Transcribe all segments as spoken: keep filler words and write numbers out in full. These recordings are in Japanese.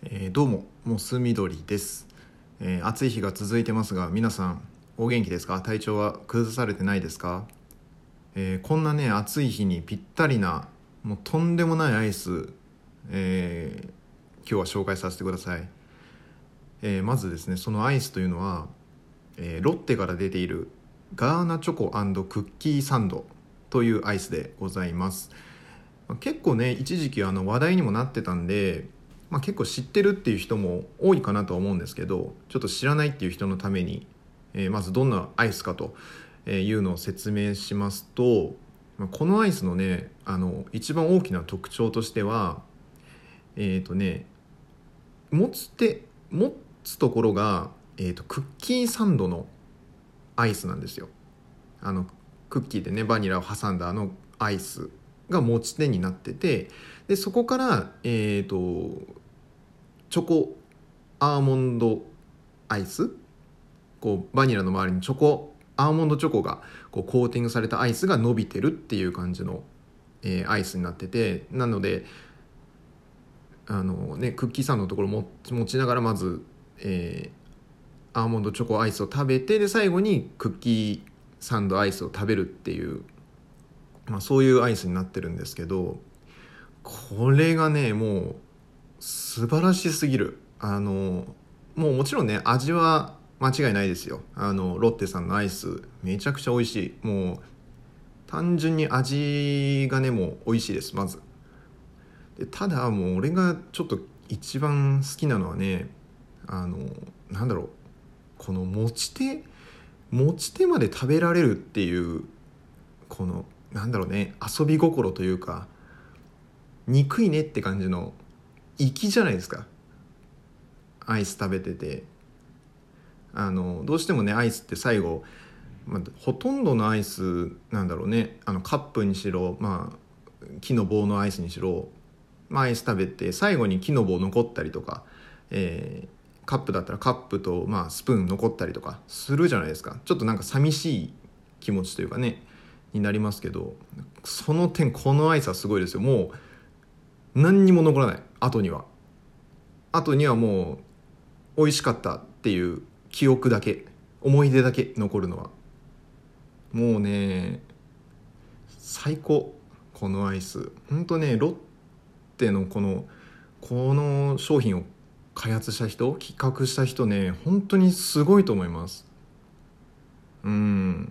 えーどうもモスみどりです、えー暑い日が続いてますが、皆さんお元気ですか？体調は崩されてないですか？えーこんなね暑い日にぴったりなもうとんでもないアイス、えー今日は紹介させてください。えーまずですね、そのアイスというのは、えーロッテから出ているガーナチョコ&クッキーサンドというアイスでございます。結構ね一時期あの話題にもなってたんで、まあ、結構知ってるっていう人も多いかなとは思うんですけど、ちょっと知らないっていう人のために、えーまずどんなアイスかというのを説明しますと、まあこのアイスのねあの一番大きな特徴としては、えっ、とね持つ手持つところが、えーとクッキーサンドのアイスなんですよ。あのクッキーでねバニラを挟んだあのアイスが持ち手になってて、でそこからえっ、とチョコアーモンドアイス、こうバニラの周りにチョコアーモンドチョコがこうコーティングされたアイスが伸びてるっていう感じの、えーアイスになってて、なのであのねクッキーサンドのところも持ちながらまず、えーアーモンドチョコアイスを食べて、で最後にクッキーサンドアイスを食べるっていう、まあ、そういうアイスになってるんですけど、これがねもう素晴らしすぎる。あのもうもちろんね味は間違いないですよ。あのロッテさんのアイスめちゃくちゃ美味しい。もう単純に味がねもう美味しいです。まずで、ただもう俺がちょっと一番好きなのはね、あのなんだろう、この持ち手持ち手まで食べられるっていう、このなんだろうね遊び心というか、憎いねって感じの粋じゃないですか。アイス食べてて、あのどうしてもねアイスって最後、まあ、ほとんどのアイスなんだろうね、あのカップにしろ、まあ、木の棒のアイスにしろ、まあ、アイス食べて最後に木の棒残ったりとか、えーカップだったらカップと、まあ、スプーン残ったりとかするじゃないですか。ちょっとなんか寂しい気持ちというかねになりますけど、その点このアイスはすごいですよ。もう何にも残らない。後には後にはもう美味しかったっていう記憶だけ、思い出だけ残るのはもうね最高。このアイスほんとね、ロッテのこのこの商品を開発した人、企画した人ね本当にすごいと思います。うん、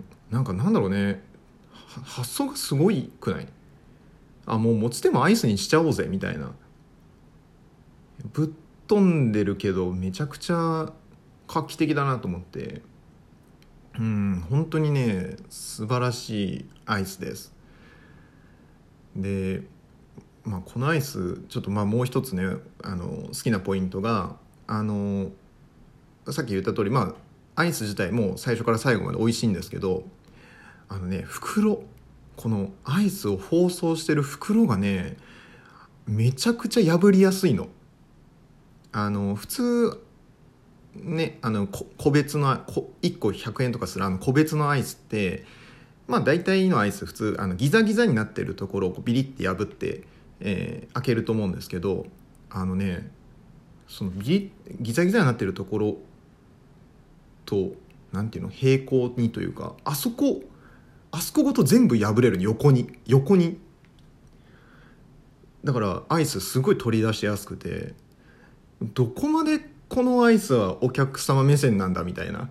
なんかなんだろうね、は発想がすごいくない？あ、もう持ち手もアイスにしちゃおうぜみたいな、ぶっ飛んでるけどめちゃくちゃ画期的だなと思って、うん本当にね素晴らしいアイスです。で、まあ、このアイスちょっとまあもう一つねあの好きなポイントが、あのさっき言った通り、まあアイス自体も最初から最後まで美味しいんですけど、あのね袋、このアイスを包装してる袋がねめちゃくちゃ破りやすいの。あの普通ね、あのこ個別のこいっこひゃくえんとかするあの個別のアイスって、まあ大体のアイス普通あのギザギザになってるところをこうビリッて破って、えー開けると思うんですけど、あのねそのビリギザギザになってるところとなんていうの平行にというか、あそこあそこごと全部破れるの。横に横にだからアイスすごい取り出しやすくて、どこまでこのアイスはお客様目線なんだみたいな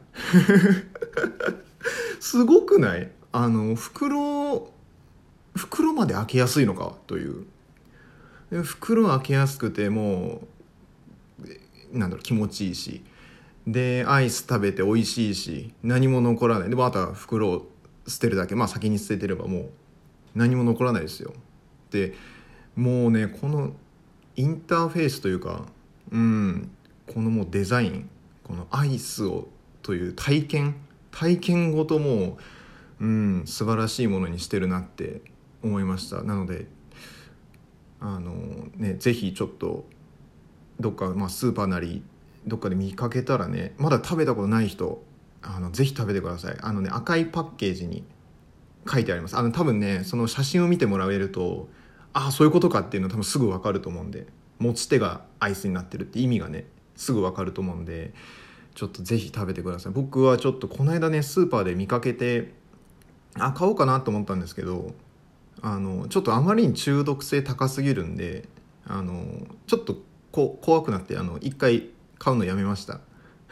すごくない？あの袋袋まで開けやすいのかという。で袋開けやすくてもうなんだろう気持ちいいし、でアイス食べて美味しいし何も残らない。でもあとは袋を捨てるだけ、まあ先に捨ててればもう何も残らないですよ。でもうねこのインターフェースというか、うんこのもうデザイン、このアイスをという体験体験ごともう、うん、素晴らしいものにしてるなって思いました。なのであのねぜひちょっとどっか、まあ、スーパーなりどっかで見かけたらね、まだ食べたことない人あのぜひ食べてください。あのね赤いパッケージに書いてあります。あの多分ねその写真を見てもらえると、ああそういうことかっていうの多分すぐ分かると思うんで、 持ち手がアイスになってるって意味がねすぐ分かると思うんで、ちょっとぜひ食べてください。僕はちょっとこの間ねスーパーで見かけてあ買おうかなと思ったんですけど、あのちょっとあまりに中毒性高すぎるんで、あのちょっとこ怖くなってあの一回買うのやめました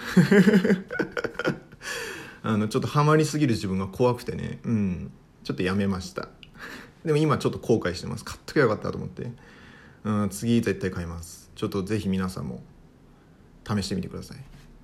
あのちょっとハマりすぎる自分が怖くてね、うん、ちょっとやめましたでも今ちょっと後悔してます。買っときゃよかったと思って、うん、次絶対買います。ちょっとぜひ皆さんも試してみてください。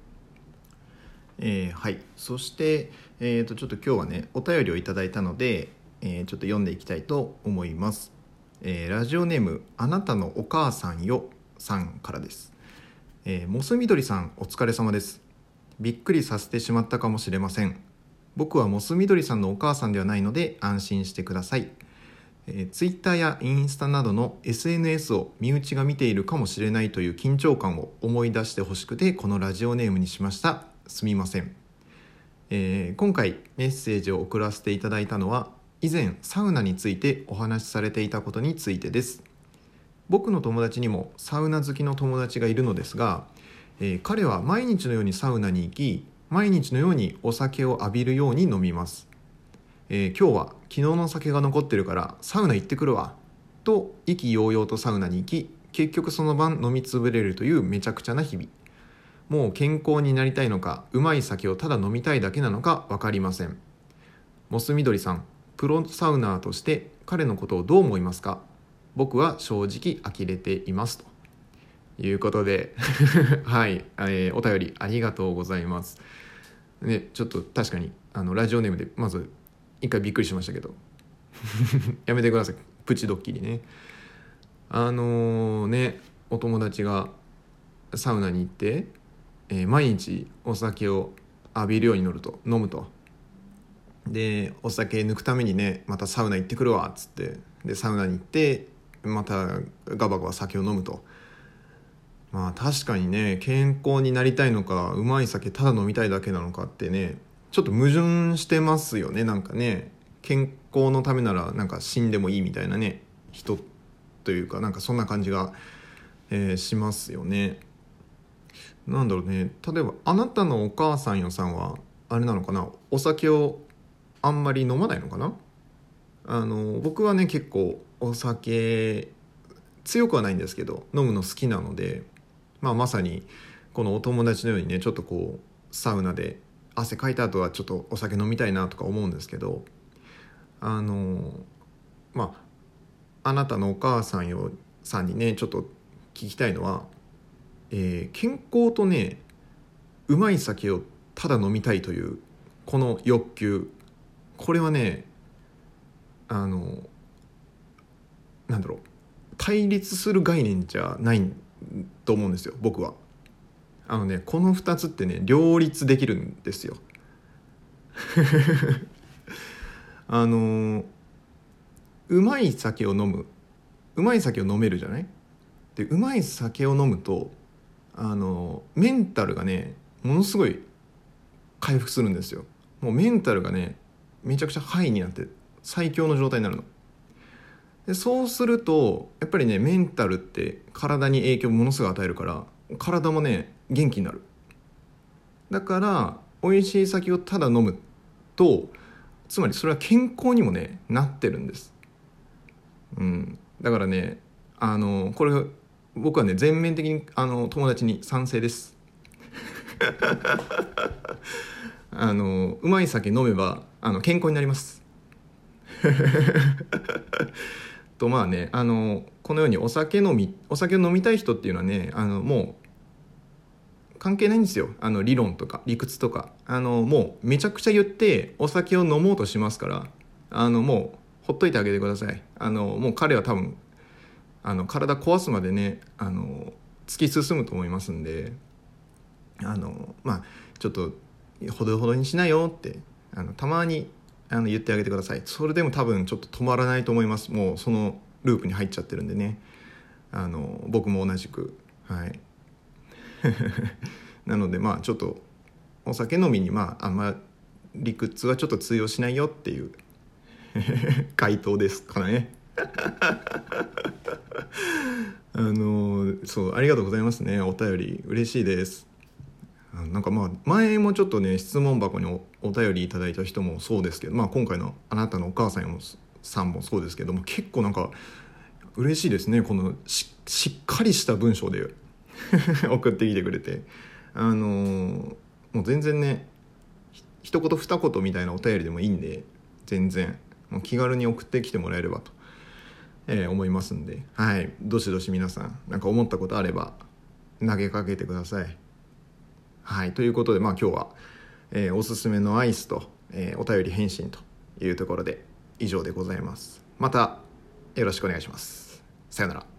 えー、はい。そして、えー、とちょっと今日はねお便りをいただいたので、えー、ちょっと読んでいきたいと思います。えー、ラジオネームあなたのお母さんよさんからです。えー、モスみどりさんお疲れ様です。びっくりさせてしまったかもしれません。僕はモスみどりさんのお母さんではないので安心してください。えー、ツイッターやインスタなどの エスエヌエス を身内が見ているかもしれないという緊張感を思い出してほしくてこのラジオネームにしました。すみません。えー、今回メッセージを送らせていただいたのは以前サウナについてお話しされていたことについてです。僕の友達にもサウナ好きの友達がいるのですが、えー、彼は毎日のようにサウナに行き毎日のようにお酒を浴びるように飲みます。えー、今日は昨日の酒が残ってるからサウナ行ってくるわと意気揚々とサウナに行き、結局その晩飲みつぶれるというめちゃくちゃな日々。もう健康になりたいのかうまい酒をただ飲みたいだけなのか分かりません。モスみどりさん、プロサウナーとして彼のことをどう思いますか？僕は正直呆れていますということではい、えー、お便りありがとうございます。ね、ちょっと確かにあのラジオネームでまず一回びっくりしましたけどやめてください、プチドッキリね。あのー、ねお友達がサウナに行って、えー、毎日お酒を浴びるように乗ると飲むと、でお酒抜くためにねまたサウナ行ってくるわっつって、でサウナに行ってまたガバガバ酒を飲むと。まあ確かにね健康になりたいのかうまい酒ただ飲みたいだけなのかってねちょっと矛盾してますよね。なんかね健康のためならなんか死んでもいいみたいなね人というかなんかそんな感じが、えー、しますよね。なんだろうね、例えばあなたのお母さんよさんはあれなのかな、お酒をあんまり飲まないのかな。あの僕はね結構お酒強くはないんですけど飲むの好きなので、まあ、まさにこのお友達のようにねちょっとこうサウナで汗かいた後はちょっとお酒飲みたいなとか思うんですけど、あのまああなたのお母さんよさんにねちょっと聞きたいのは、えー、健康とねうまい酒をただ飲みたいというこの欲求、これはねあのなんだろう対立する概念じゃないと思うんですよ僕は。あのねこのふたつってね両立できるんですよあのうまい酒を飲むうまい酒を飲めるじゃない。でうまい酒を飲むとあのメンタルがねものすごい回復するんですよ。もうメンタルがねめちゃくちゃハイになって最強の状態になるので、そうするとやっぱりねメンタルって体に影響をものすごい与えるから体もね元気になる。だから美味しい酒をただ飲むとつまりそれは健康にもねなってるんです、うん、だからねあのこれ僕はね全面的にあの友達に賛成ですあのうまい酒飲めばあの健康になりますとまあねあのこのようにお酒飲みお酒を飲みたい人っていうのはねあのもう関係ないんですよ。あの理論とか理屈とかあのもうめちゃくちゃ言ってお酒を飲もうとしますから、あのもうほっといてあげてください。あのもう彼は多分あの体壊すまでねあの突き進むと思いますんで、あのまあちょっとほどほどにしなよってあのたまにあの言ってあげてください。それでも多分ちょっと止まらないと思います。もうそのループに入っちゃってるんでね、あの僕も同じくはいなのでまあちょっとお酒飲みにまああんま理屈はちょっと通用しないよっていう回答ですかねあのそうありがとうございますね。お便り嬉しいです。なんかまあ前もちょっとね質問箱に お, お便りいただいた人もそうですけど、まあ、今回のあなたのお母さんもさんもそうですけども、結構なんか嬉しいですね。この し, しっかりした文章で送ってきてくれて、あのー、もう全然ね一言二言みたいなお便りでもいいんで、全然もう気軽に送ってきてもらえればと、えー、思いますんで、はい、どしどし皆さんなんか思ったことあれば投げかけてください。はい、ということで、まあ、今日は、えー、おすすめのアイスと、えー、お便り返信というところで以上でございます。またよろしくお願いします。さよなら。